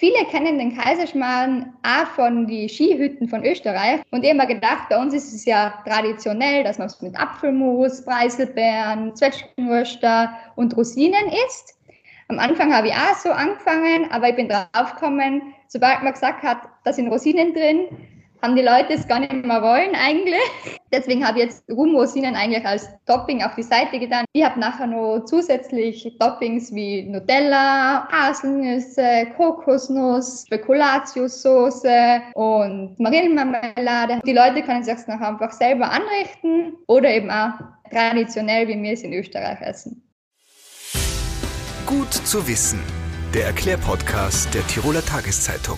Viele kennen den Kaiserschmarrn auch von den Skihütten von Österreich. Und ich habe mir gedacht, bei uns ist es ja traditionell, dass man es mit Apfelmus, Preiselbeeren, Zwetschgenwürster und Rosinen isst. Am Anfang habe ich auch so angefangen, aber ich bin drauf gekommen, sobald man gesagt hat, da sind Rosinen drin, haben die Leute es gar nicht mehr wollen eigentlich. Deswegen habe ich jetzt Rumrosinen eigentlich als Topping auf die Seite getan. Ich habe nachher noch zusätzlich Toppings wie Nutella, Haselnüsse, Kokosnuss, Spekulatiussoße und Marillenmarmelade. Die Leute können sich das nachher einfach selber anrichten oder eben auch traditionell, wie wir es in Österreich essen. Gut zu wissen. Der Erklärpodcast der Tiroler Tageszeitung.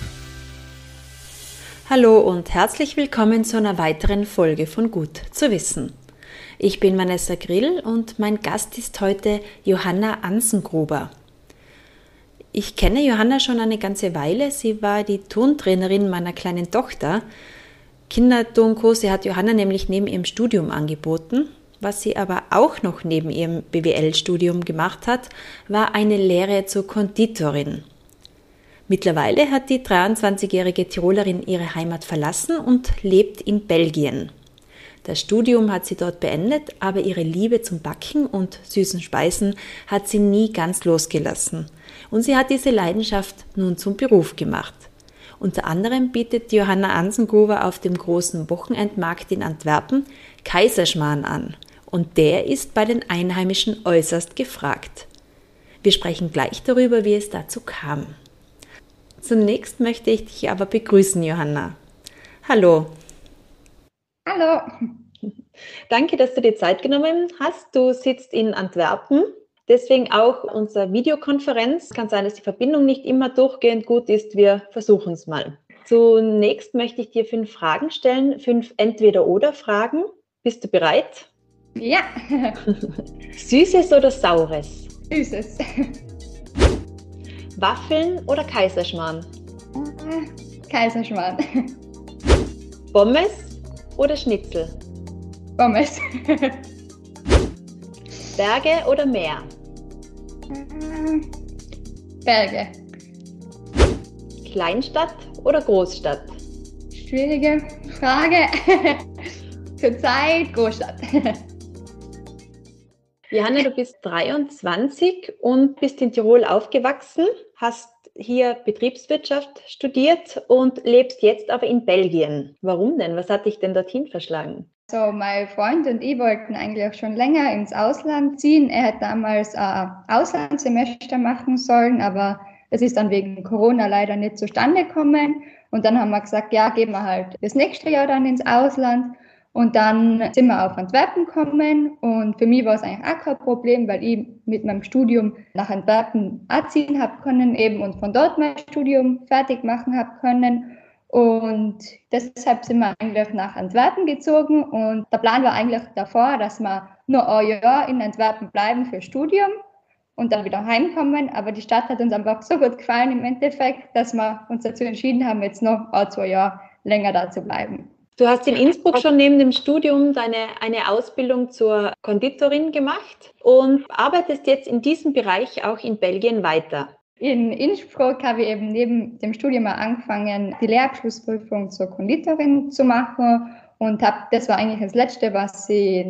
Hallo und herzlich willkommen zu einer weiteren Folge von Gut zu wissen. Ich bin Vanessa Grill und mein Gast ist heute Johanna Ansengruber. Ich kenne Johanna schon eine ganze Weile. Sie war die Turntrainerin meiner kleinen Tochter. Kinderturnkurse hat Johanna nämlich neben ihrem Studium angeboten. Was sie aber auch noch neben ihrem BWL-Studium gemacht hat, war eine Lehre zur Konditorin. Mittlerweile hat die 23-jährige Tirolerin ihre Heimat verlassen und lebt in Belgien. Das Studium hat sie dort beendet, aber ihre Liebe zum Backen und süßen Speisen hat sie nie ganz losgelassen. Und sie hat diese Leidenschaft nun zum Beruf gemacht. Unter anderem bietet Johanna Ansengruber auf dem großen Wochenendmarkt in Antwerpen Kaiserschmarrn an. Und der ist bei den Einheimischen äußerst gefragt. Wir sprechen gleich darüber, wie es dazu kam. Zunächst möchte ich dich aber begrüßen, Johanna. Hallo. Hallo. Danke, dass du dir Zeit genommen hast. Du sitzt in Antwerpen, deswegen auch unsere Videokonferenz. Kann sein, dass die Verbindung nicht immer durchgehend gut ist. Wir versuchen es mal. Zunächst möchte ich dir 5 Fragen stellen, 5 Entweder-oder-Fragen. Bist du bereit? Ja. Süßes oder Saures? Süßes. Waffeln oder Kaiserschmarrn? Kaiserschmarrn. Pommes oder Schnitzel? Pommes. Berge oder Meer? Berge. Kleinstadt oder Großstadt? Schwierige Frage. Zurzeit Großstadt. Johanna, du bist 23 und bist in Tirol aufgewachsen, hast hier Betriebswirtschaft studiert und lebst jetzt aber in Belgien. Warum denn? Was hat dich denn dorthin verschlagen? So, mein Freund und ich wollten eigentlich auch schon länger ins Ausland ziehen. Er hat damals ein Auslandssemester machen sollen, aber es ist dann wegen Corona leider nicht zustande gekommen. Und dann haben wir gesagt, ja, gehen wir halt das nächste Jahr dann ins Ausland. Und dann sind wir auf Antwerpen gekommen und für mich war es eigentlich auch kein Problem, weil ich mit meinem Studium nach Antwerpen ziehen habe können eben und von dort mein Studium fertig machen habe können. Und deshalb sind wir eigentlich nach Antwerpen gezogen und der Plan war eigentlich davor, dass wir nur ein Jahr in Antwerpen bleiben für Studium und dann wieder heimkommen. Aber die Stadt hat uns einfach so gut gefallen im Endeffekt, dass wir uns dazu entschieden haben, jetzt noch 2 Jahre länger da zu bleiben. Du hast in Innsbruck schon neben dem Studium eine Ausbildung zur Konditorin gemacht und arbeitest jetzt in diesem Bereich auch in Belgien weiter. In Innsbruck habe ich eben neben dem Studium mal angefangen, die Lehrabschlussprüfung zur Konditorin zu machen und das war eigentlich das Letzte, was ich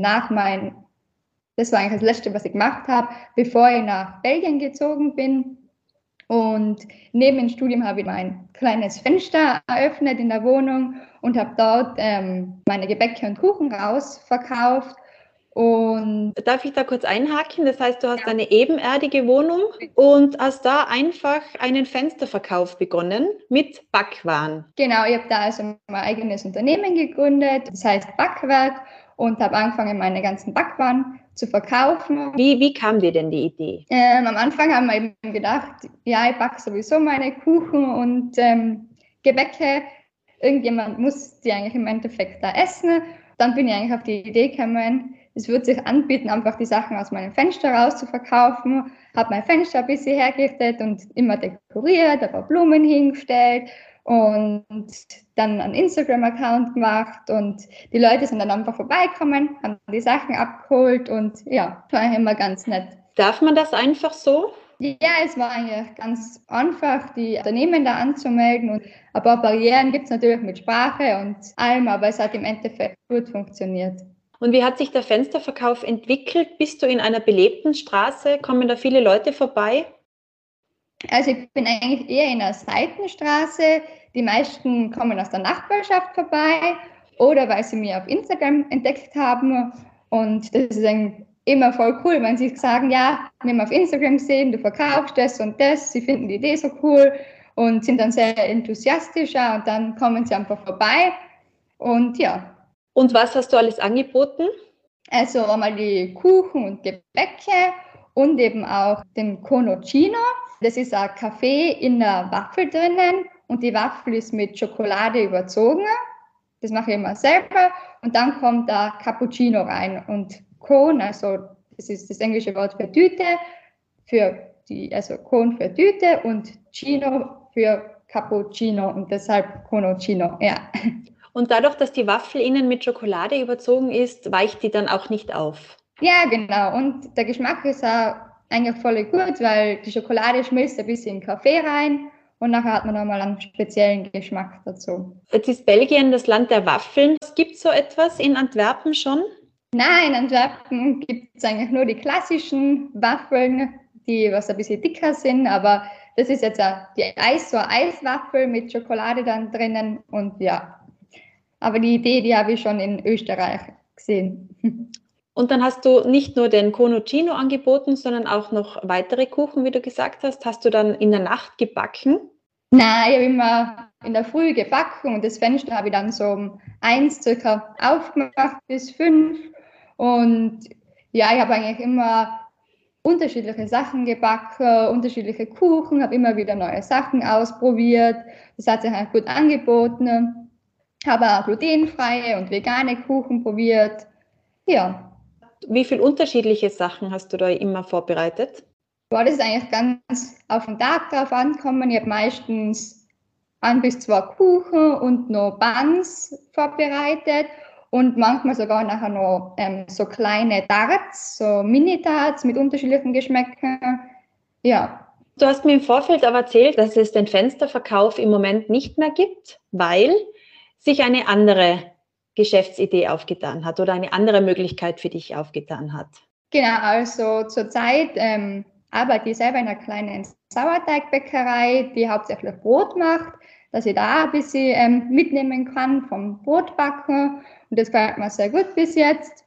gemacht habe, bevor ich nach Belgien gezogen bin. Und neben dem Studium habe ich mein kleines Fenster eröffnet in der Wohnung und habe dort meine Gebäcke und Kuchen rausverkauft. Und darf ich da kurz einhaken? Das heißt, du hast eine ebenerdige Wohnung und hast da einfach einen Fensterverkauf begonnen mit Backwaren. Genau, ich habe da also mein eigenes Unternehmen gegründet, das heißt Backwerk, und habe angefangen, meine ganzen Backwaren zu verkaufen. Wie kam dir denn die Idee? Am Anfang haben wir eben gedacht, ja, ich backe sowieso meine Kuchen und Gebäcke. Irgendjemand muss die eigentlich im Endeffekt da essen. Dann bin ich eigentlich auf die Idee gekommen, es würde sich anbieten, einfach die Sachen aus meinem Fenster raus zu verkaufen. Habe mein Fenster ein bisschen hergerichtet und immer dekoriert, ein paar Blumen hingestellt und dann einen Instagram-Account gemacht und die Leute sind dann einfach vorbeigekommen, haben die Sachen abgeholt und ja, war immer ganz nett. Darf man das einfach so? Ja, es war eigentlich ganz einfach, die Unternehmen da anzumelden und ein paar Barrieren gibt es natürlich mit Sprache und allem, aber es hat im Endeffekt gut funktioniert. Und wie hat sich der Fensterverkauf entwickelt? Bist du in einer belebten Straße? Kommen da viele Leute vorbei? Also ich bin eigentlich eher in einer Seitenstraße. Die meisten kommen aus der Nachbarschaft vorbei oder weil sie mich auf Instagram entdeckt haben. Und das ist eigentlich immer voll cool, wenn sie sagen, ja, wir haben auf Instagram gesehen, du verkaufst das und das. Sie finden die Idee so cool und sind dann sehr enthusiastischer und dann kommen sie einfach vorbei. Und ja. Und was hast du alles angeboten? Also einmal die Kuchen und Gebäcke und eben auch den Conocino. Das ist ein Kaffee in der Waffel drinnen und die Waffel ist mit Schokolade überzogen. Das mache ich immer selber und dann kommt da Cappuccino rein und Con, also das ist das englische Wort für Tüte, also Con für Tüte und Chino für Cappuccino und deshalb Conocino, ja. Und dadurch, dass die Waffel innen mit Schokolade überzogen ist, weicht die dann auch nicht auf? Ja, genau. Und der Geschmack ist auch eigentlich voll gut, weil die Schokolade schmilzt ein bisschen in den Kaffee rein und nachher hat man nochmal einen speziellen Geschmack dazu. Jetzt ist Belgien das Land der Waffeln. Gibt es so etwas in Antwerpen schon? Nein, in Antwerpen gibt es eigentlich nur die klassischen Waffeln, die was ein bisschen dicker sind, aber das ist jetzt so eine Eiswaffel mit Schokolade dann drinnen und ja. Aber die Idee, die habe ich schon in Österreich gesehen. Und dann hast du nicht nur den Conocino angeboten, sondern auch noch weitere Kuchen, wie du gesagt hast. Hast du dann in der Nacht gebacken? Nein, ich habe immer in der Früh gebacken und das Fenster habe ich dann so um 1 circa aufgemacht bis 5. Und ja, ich habe eigentlich immer unterschiedliche Sachen gebacken, unterschiedliche Kuchen, habe immer wieder neue Sachen ausprobiert. Das hat sich eigentlich gut angeboten. Habe auch glutenfreie und vegane Kuchen probiert. Ja. Wie viele unterschiedliche Sachen hast du da immer vorbereitet? Das ist eigentlich ganz auf den Tag drauf ankommen. Ich habe meistens 1 bis 2 Kuchen und noch Buns vorbereitet und manchmal sogar nachher noch so kleine Tarts, so Mini-Tarts mit unterschiedlichen Geschmäckern. Ja. Du hast mir im Vorfeld aber erzählt, dass es den Fensterverkauf im Moment nicht mehr gibt, weil sich eine andere Geschäftsidee aufgetan hat oder eine andere Möglichkeit für dich aufgetan hat. Genau, also zurzeit arbeite ich selber in einer kleinen Sauerteigbäckerei, die hauptsächlich Brot macht, dass ich da ein bisschen mitnehmen kann vom Brotbacken und das gefällt mir sehr gut bis jetzt.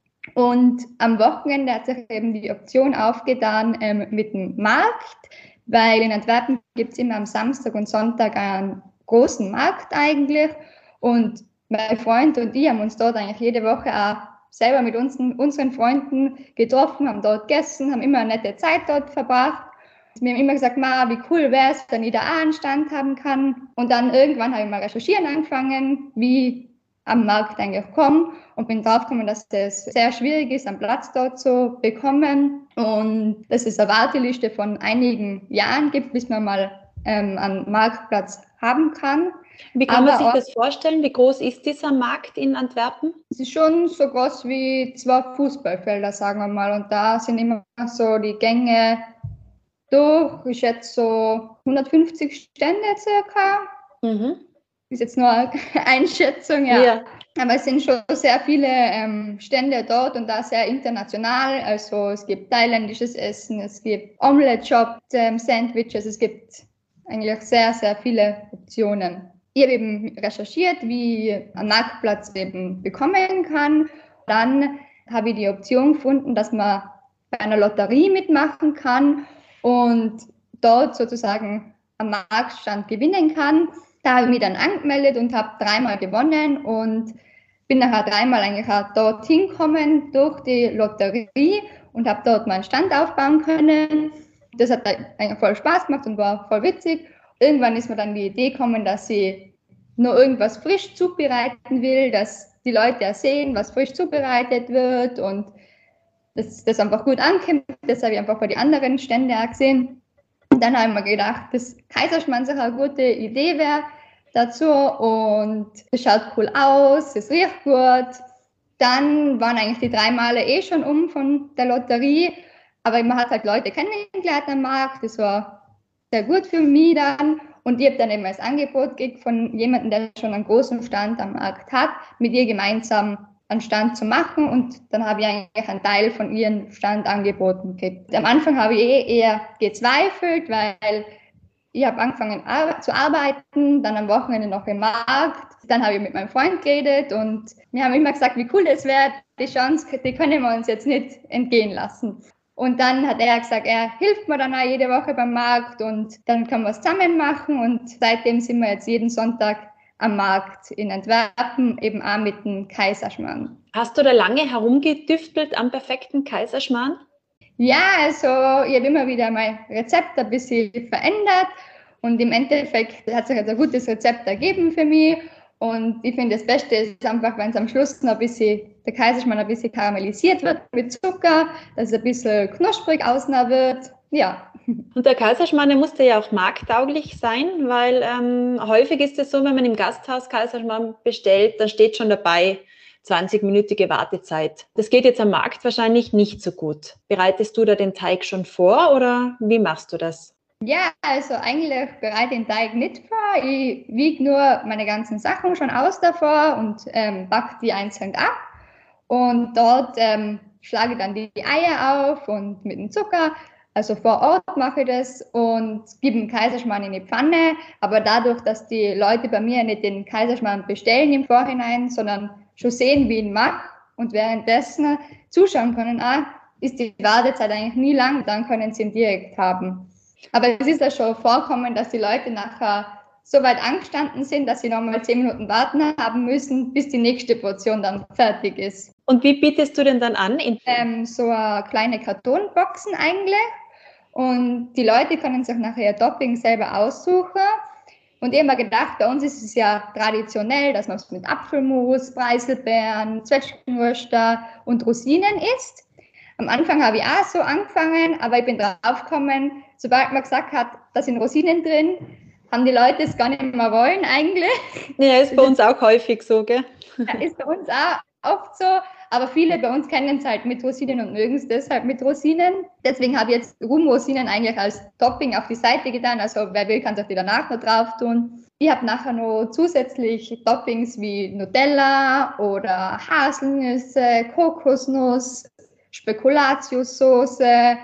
Und am Wochenende hat sich eben die Option aufgetan mit dem Markt, weil in Antwerpen gibt es immer am Samstag und Sonntag einen großen Markt eigentlich und mein Freund und ich haben uns dort eigentlich jede Woche auch selber mit unseren Freunden getroffen, haben dort gegessen, haben immer eine nette Zeit dort verbracht. Wir haben immer gesagt, wie cool wäre es, wenn ich da auch einen Stand haben kann. Und dann irgendwann habe ich mal recherchieren angefangen, wie am Markt eigentlich kommen und bin draufgekommen, dass es sehr schwierig ist, einen Platz dort zu bekommen und dass es eine Warteliste von einigen Jahren gibt, bis man mal einen Marktplatz haben kann. Wie kann man sich das vorstellen? Wie groß ist dieser Markt in Antwerpen? Es ist schon so groß wie 2 Fußballfelder, sagen wir mal. Und da sind immer so die Gänge durch, ich schätze so 150 Stände circa. Mhm. Ist jetzt nur eine Einschätzung, ja. Aber es sind schon sehr viele Stände dort und da sehr international. Also es gibt thailändisches Essen, es gibt Omelette-Shop, Sandwiches, es gibt eigentlich sehr, sehr viele Optionen. Ich habe eben recherchiert, wie ich einen Marktplatz eben bekommen kann. Dann habe ich die Option gefunden, dass man bei einer Lotterie mitmachen kann und dort sozusagen einen Marktstand gewinnen kann. Da habe ich mich dann angemeldet und habe 3-mal gewonnen und bin nachher 3-mal eigentlich auch dorthin gekommen durch die Lotterie und habe dort meinen Stand aufbauen können. Das hat eigentlich voll Spaß gemacht und war voll witzig. Irgendwann ist mir dann die Idee gekommen, dass ich nur irgendwas frisch zubereiten will, dass die Leute ja sehen, was frisch zubereitet wird und dass das einfach gut ankommt. Das habe ich einfach bei den anderen Ständen auch gesehen. Und dann habe ich mir gedacht, dass Kaiserschmarrn sicher eine gute Idee wäre dazu und es schaut cool aus, es riecht gut. Dann waren eigentlich die 3 Male schon von der Lotterie Aber man hat halt Leute kennengelernt am Markt, das war sehr gut für mich dann. Und ich habe dann eben als Angebot gekriegt von jemandem, der schon einen großen Stand am Markt hat, mit ihr gemeinsam einen Stand zu machen. Und dann habe ich eigentlich einen Teil von ihrem Stand angeboten gekriegt. Am Anfang habe ich eher gezweifelt, weil ich habe angefangen zu arbeiten, dann am Wochenende noch im Markt. Dann habe ich mit meinem Freund geredet und wir haben immer gesagt, wie cool das wäre. Die Chance, die können wir uns jetzt nicht entgehen lassen. Und dann hat er gesagt, er hilft mir dann auch jede Woche beim Markt und dann können wir es zusammen machen. Und seitdem sind wir jetzt jeden Sonntag am Markt in Antwerpen, eben auch mit dem Kaiserschmarrn. Hast du da lange herumgedüftelt am perfekten Kaiserschmarrn? Ja, also ich habe immer wieder mein Rezept ein bisschen verändert und im Endeffekt hat sich jetzt ein gutes Rezept ergeben für mich. Und ich finde, das Beste ist einfach, wenn es am Schluss noch ein bisschen, der Kaiserschmarrn ein bisschen karamellisiert wird mit Zucker, dass es ein bisschen knusprig außen wird. Ja. Und der Kaiserschmarrn, der musste ja auch markttauglich sein, weil häufig ist es so, wenn man im Gasthaus Kaiserschmarrn bestellt, dann steht schon dabei 20-minütige Wartezeit. Das geht jetzt am Markt wahrscheinlich nicht so gut. Bereitest du da den Teig schon vor oder wie machst du das? Ja, also eigentlich bereite ich den Teig nicht vor. Ich wiege nur meine ganzen Sachen schon aus davor und backe die einzeln ab. Und dort schlage ich dann die Eier auf und mit dem Zucker. Also vor Ort mache ich das und gebe den Kaiserschmarrn in die Pfanne. Aber dadurch, dass die Leute bei mir nicht den Kaiserschmarrn bestellen im Vorhinein, sondern schon sehen, wie ich ihn mache und währenddessen zuschauen können, ist die Wartezeit eigentlich nie lang, dann können sie ihn direkt haben. Aber es ist ja schon vorkommen, dass die Leute nachher so weit angestanden sind, dass sie nochmal 10 Minuten warten haben müssen, bis die nächste Portion dann fertig ist. Und wie bietest du denn dann an? So eine kleine Kartonboxen eigentlich. Und die Leute können sich nachher ihr Topping selber aussuchen. Und ich habe mir gedacht, bei uns ist es ja traditionell, dass man es mit Apfelmus, Preiselbeeren, Zwetschgenwürste und Rosinen isst. Am Anfang habe ich auch so angefangen, aber ich bin drauf gekommen, sobald man gesagt hat, da sind Rosinen drin, haben die Leute es gar nicht mehr wollen eigentlich. Ja, ist bei uns auch häufig so, gell? Ja, ist bei uns auch oft so, aber viele bei uns kennen es halt mit Rosinen und mögen es deshalb mit Rosinen. Deswegen habe ich jetzt Rumrosinen eigentlich als Topping auf die Seite getan, also wer will, kann sich die danach noch drauf tun. Ich habe nachher noch zusätzlich Toppings wie Nutella oder Haselnüsse, Kokosnuss, Spekulatiussoße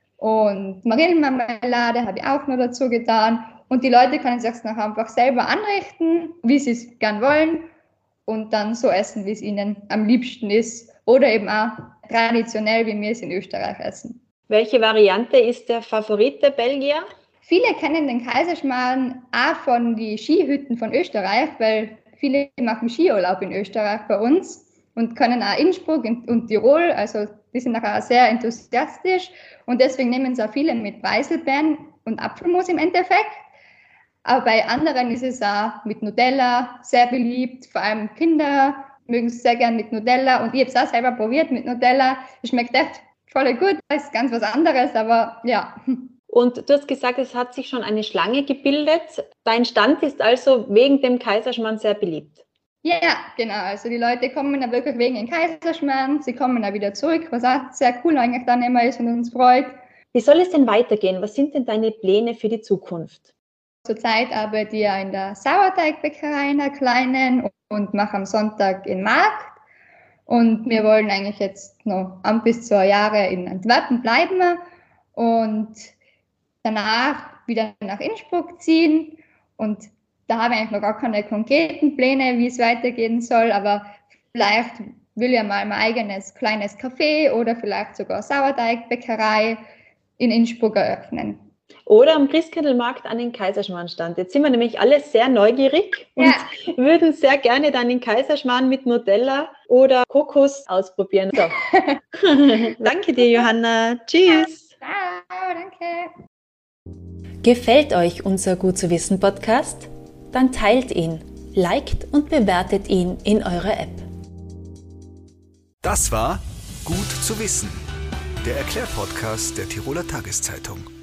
und Marillenmarmelade habe ich auch noch dazu getan. Und die Leute können sich das nachher einfach selber anrichten, wie sie es gern wollen und dann so essen, wie es ihnen am liebsten ist. Oder eben auch traditionell, wie wir es in Österreich essen. Welche Variante ist der Favorit der Belgier? Viele kennen den Kaiserschmarrn auch von den Skihütten von Österreich, weil viele machen Skiurlaub in Österreich bei uns und können auch Innsbruck und Tirol, also die sind nachher sehr enthusiastisch und deswegen nehmen es auch viele mit Preiselbeeren und Apfelmus im Endeffekt. Aber bei anderen ist es auch mit Nutella sehr beliebt, vor allem Kinder mögen es sehr gern mit Nutella und ich habe es auch selber probiert mit Nutella. Es schmeckt echt voll gut, das ist ganz was anderes, aber ja. Und du hast gesagt, es hat sich schon eine Schlange gebildet. Dein Stand ist also wegen dem Kaiserschmarrn sehr beliebt. Ja, genau. Also die Leute kommen da wirklich wegen dem Kaiserschmarrn, sie kommen da wieder zurück, was auch sehr cool eigentlich dann immer ist und uns freut. Wie soll es denn weitergehen? Was sind denn deine Pläne für die Zukunft? Zurzeit arbeite ich ja in der Sauerteigbäckerei, in der kleinen, und mache am Sonntag den Markt. Und wir wollen eigentlich jetzt noch 1 bis 2 Jahre in Antwerpen bleiben und danach wieder nach Innsbruck ziehen. Und da habe ich eigentlich noch gar keine konkreten Pläne, wie es weitergehen soll, aber vielleicht will ich mal mein eigenes kleines Café oder vielleicht sogar Sauerteigbäckerei in Innsbruck eröffnen. Oder am Christkindlmarkt an den Kaiserschmarrnstand. Jetzt sind wir nämlich alle sehr neugierig und würden sehr gerne dann den Kaiserschmarrn mit Nutella oder Kokos ausprobieren. So. Danke dir, Johanna. Tschüss. Ciao, danke. Gefällt euch unser Gut zu wissen Podcast? Dann teilt ihn, liked und bewertet ihn in eurer App. Das war Gut zu wissen, der Erklärpodcast der Tiroler Tageszeitung.